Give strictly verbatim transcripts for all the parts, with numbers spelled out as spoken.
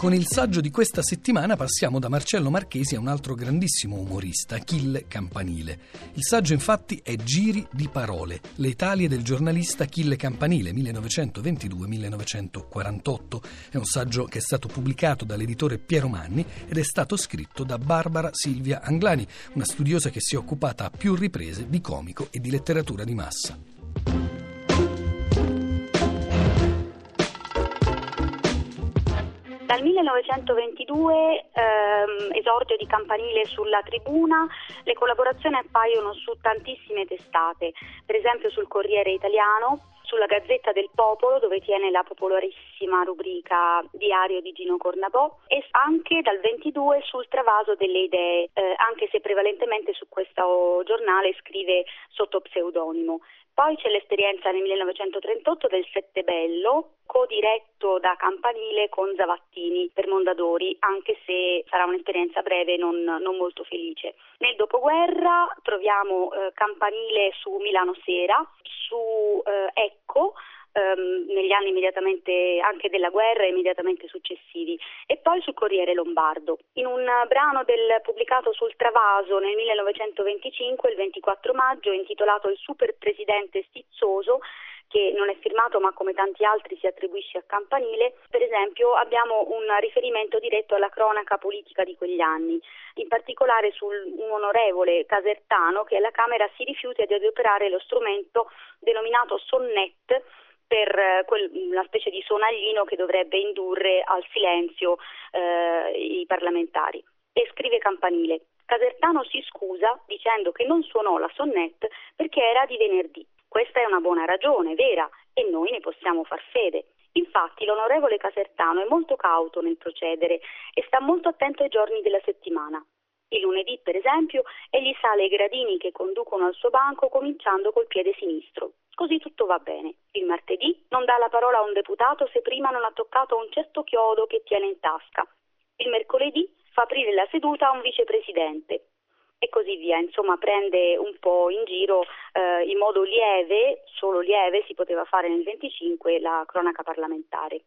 Con il saggio di questa settimana passiamo da Marcello Marchesi a un altro grandissimo umorista, Achille Campanile. Il saggio infatti è Giri di parole, le Italie del giornalista Achille Campanile, millenovecentoventidue millenovecentoquarantotto. È un saggio che è stato pubblicato dall'editore Piero Manni ed è stato scritto da Barbara Silvia Anglani, una studiosa che si è occupata a più riprese di comico e di letteratura di massa. Dal millenovecentoventidue, ehm, esordio di Campanile sulla Tribuna, le collaborazioni appaiono su tantissime testate, per esempio sul Corriere Italiano, sulla Gazzetta del Popolo, dove tiene la popolarissima rubrica Diario di Gino Cornabò, e anche dal ventidue sul Travaso delle Idee, eh, anche se prevalentemente su questo giornale scrive sotto pseudonimo. Poi c'è l'esperienza nel millenovecentotrentotto del Settebello, co-diretto da Campanile con Zavattini per Mondadori, anche se sarà un'esperienza breve, non, non molto felice. Nel dopoguerra troviamo eh, Campanile su Milano Sera, su eh, Ecco, ehm, negli anni immediatamente anche della guerra e immediatamente successivi, e poi sul Corriere Lombardo. In un brano del pubblicato sul Travaso nel millenovecentoventicinque, il ventiquattro maggio, intitolato Il super presidente stizzoso, che non è firmato ma come tanti altri si attribuisce a Campanile, per esempio abbiamo un riferimento diretto alla cronaca politica di quegli anni, in particolare su un onorevole Casertano che alla Camera si rifiuta di adoperare lo strumento denominato sonnet per quel, una specie di sonaglino che dovrebbe indurre al silenzio eh, i parlamentari. E scrive Campanile: Casertano si scusa dicendo che non suonò la sonnet perché era di venerdì. Questa è una buona ragione, vera, e noi ne possiamo far fede. Infatti l'onorevole Casertano è molto cauto nel procedere e sta molto attento ai giorni della settimana. Il lunedì, per esempio, egli sale i gradini che conducono al suo banco cominciando col piede sinistro. Così tutto va bene. Il martedì non dà la parola a un deputato se prima non ha toccato un certo chiodo che tiene in tasca. Il mercoledì fa aprire la seduta a un vicepresidente. E così via, insomma prende un po' in giro eh, in modo lieve, solo lieve si poteva fare nel venticinque, la cronaca parlamentare.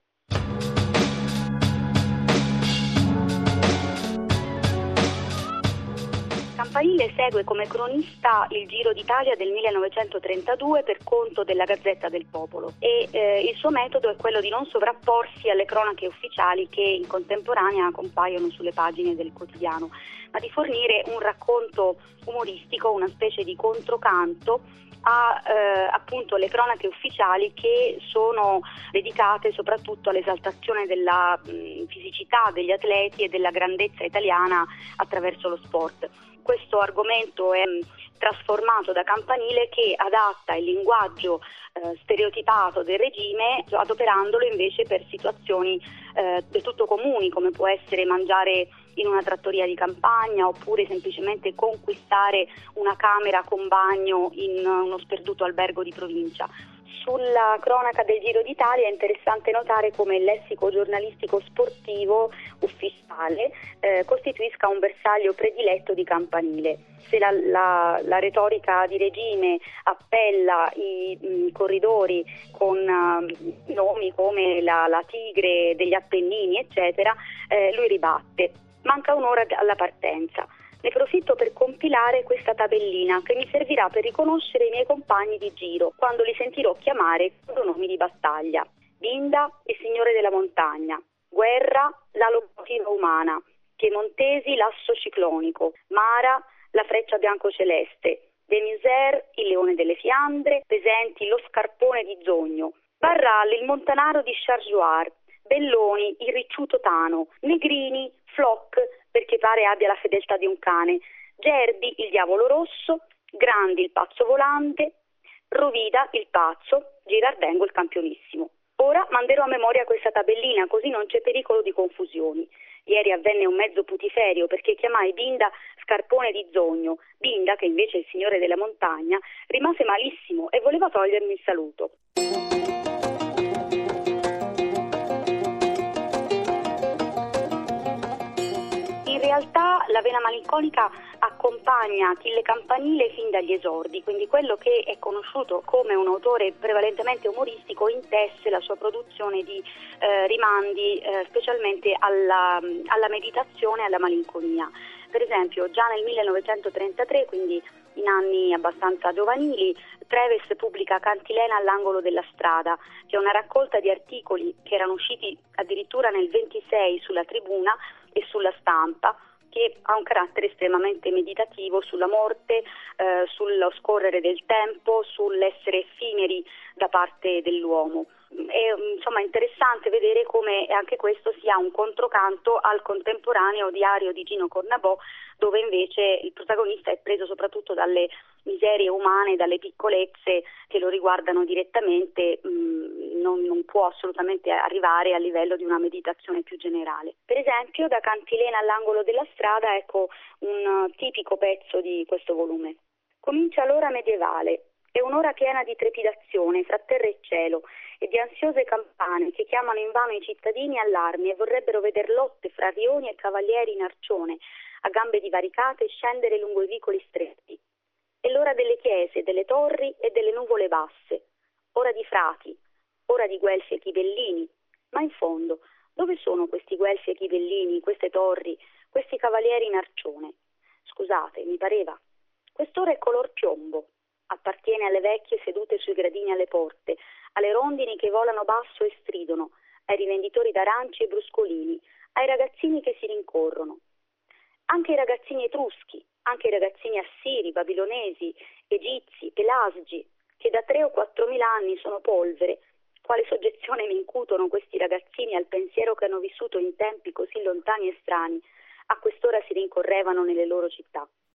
Campanile segue come cronista il Giro d'Italia del millenovecentotrentadue per conto della Gazzetta del Popolo e eh, il suo metodo è quello di non sovrapporsi alle cronache ufficiali che in contemporanea compaiono sulle pagine del quotidiano, ma di fornire un racconto umoristico, una specie di controcanto a eh, appunto le cronache ufficiali che sono dedicate soprattutto all'esaltazione della mh, fisicità degli atleti e della grandezza italiana attraverso lo sport. Questo argomento è trasformato da Campanile che adatta il linguaggio eh, stereotipato del regime adoperandolo invece per situazioni eh, del tutto comuni, come può essere mangiare in una trattoria di campagna oppure semplicemente conquistare una camera con bagno in uno sperduto albergo di provincia. Sulla cronaca del Giro d'Italia è interessante notare come il lessico giornalistico sportivo ufficiale eh, costituisca un bersaglio prediletto di Campanile. Se la, la, la retorica di regime appella i, i corridori con uh, nomi come la, la Tigre degli Appennini, eccetera, eh, lui ribatte. Manca un'ora alla partenza. Ne profitto per compilare questa tabellina che mi servirà per riconoscere i miei compagni di giro quando li sentirò chiamare con nomi di battaglia. Binda, il signore della montagna; Guerra, la locomotiva umana; Piemontesi, l'asso ciclonico; Mara, la freccia bianco-celeste; De Miser, il leone delle Fiandre; Pesenti, lo scarpone di Zogno; Barral, il montanaro di Chargeoir; Belloni, il ricciuto Tano; Negrini, Flock, perché pare abbia la fedeltà di un cane; Gerbi, il diavolo rosso; Grandi, il pazzo volante; Rovida, il pazzo; Girardengo, il campionissimo. Ora manderò a memoria questa tabellina, così non c'è pericolo di confusioni. Ieri avvenne un mezzo putiferio perché chiamai Binda scarpone di Zogno. Binda, che invece è il signore della montagna, rimase malissimo e voleva togliermi il saluto. In realtà la vena malinconica accompagna Achille Campanile fin dagli esordi, quindi quello che è conosciuto come un autore prevalentemente umoristico intesse la sua produzione di eh, rimandi eh, specialmente alla, alla meditazione e alla malinconia. Per esempio, già nel millenovecentotrentatré, quindi in anni abbastanza giovanili, Treves pubblica Cantilena all'angolo della strada, che è una raccolta di articoli che erano usciti addirittura nel ventisei sulla Tribuna e sulla Stampa, che ha un carattere estremamente meditativo sulla morte, eh, sullo scorrere del tempo, sull'essere effimeri da parte dell'uomo. È insomma interessante vedere come anche questo sia un controcanto al contemporaneo diario di Gino Cornabò, dove invece il protagonista è preso soprattutto dalle miserie umane, dalle piccolezze che lo riguardano direttamente, mh, non, non può assolutamente arrivare a livello di una meditazione più generale. Per esempio, da Cantilena all'angolo della strada, ecco un tipico pezzo di questo volume. Comincia l'ora medievale. È un'ora piena di trepidazione fra terra e cielo e di ansiose campane che chiamano invano i cittadini all'armi e vorrebbero veder lotte fra rioni e cavalieri in arcione, a gambe divaricate, scendere lungo i vicoli stretti. È l'ora delle chiese, delle torri e delle nuvole basse, ora di frati, ora di guelfi e ghibellini, ma in fondo dove sono questi guelfi e ghibellini, queste torri, questi cavalieri in arcione? Scusate, mi pareva. Quest'ora è color piombo. Appartiene alle vecchie sedute sui gradini alle porte, alle rondini che volano basso e stridono, ai rivenditori d'aranci e bruscolini, ai ragazzini che si rincorrono. Anche i ragazzini etruschi, anche i ragazzini assiri, babilonesi, egizi, pelasgi, che da tre o quattromila anni sono polvere. Quale soggezione mi incutono questi ragazzini al pensiero che hanno vissuto in tempi così lontani e strani, a quest'ora si rincorrevano nelle loro città.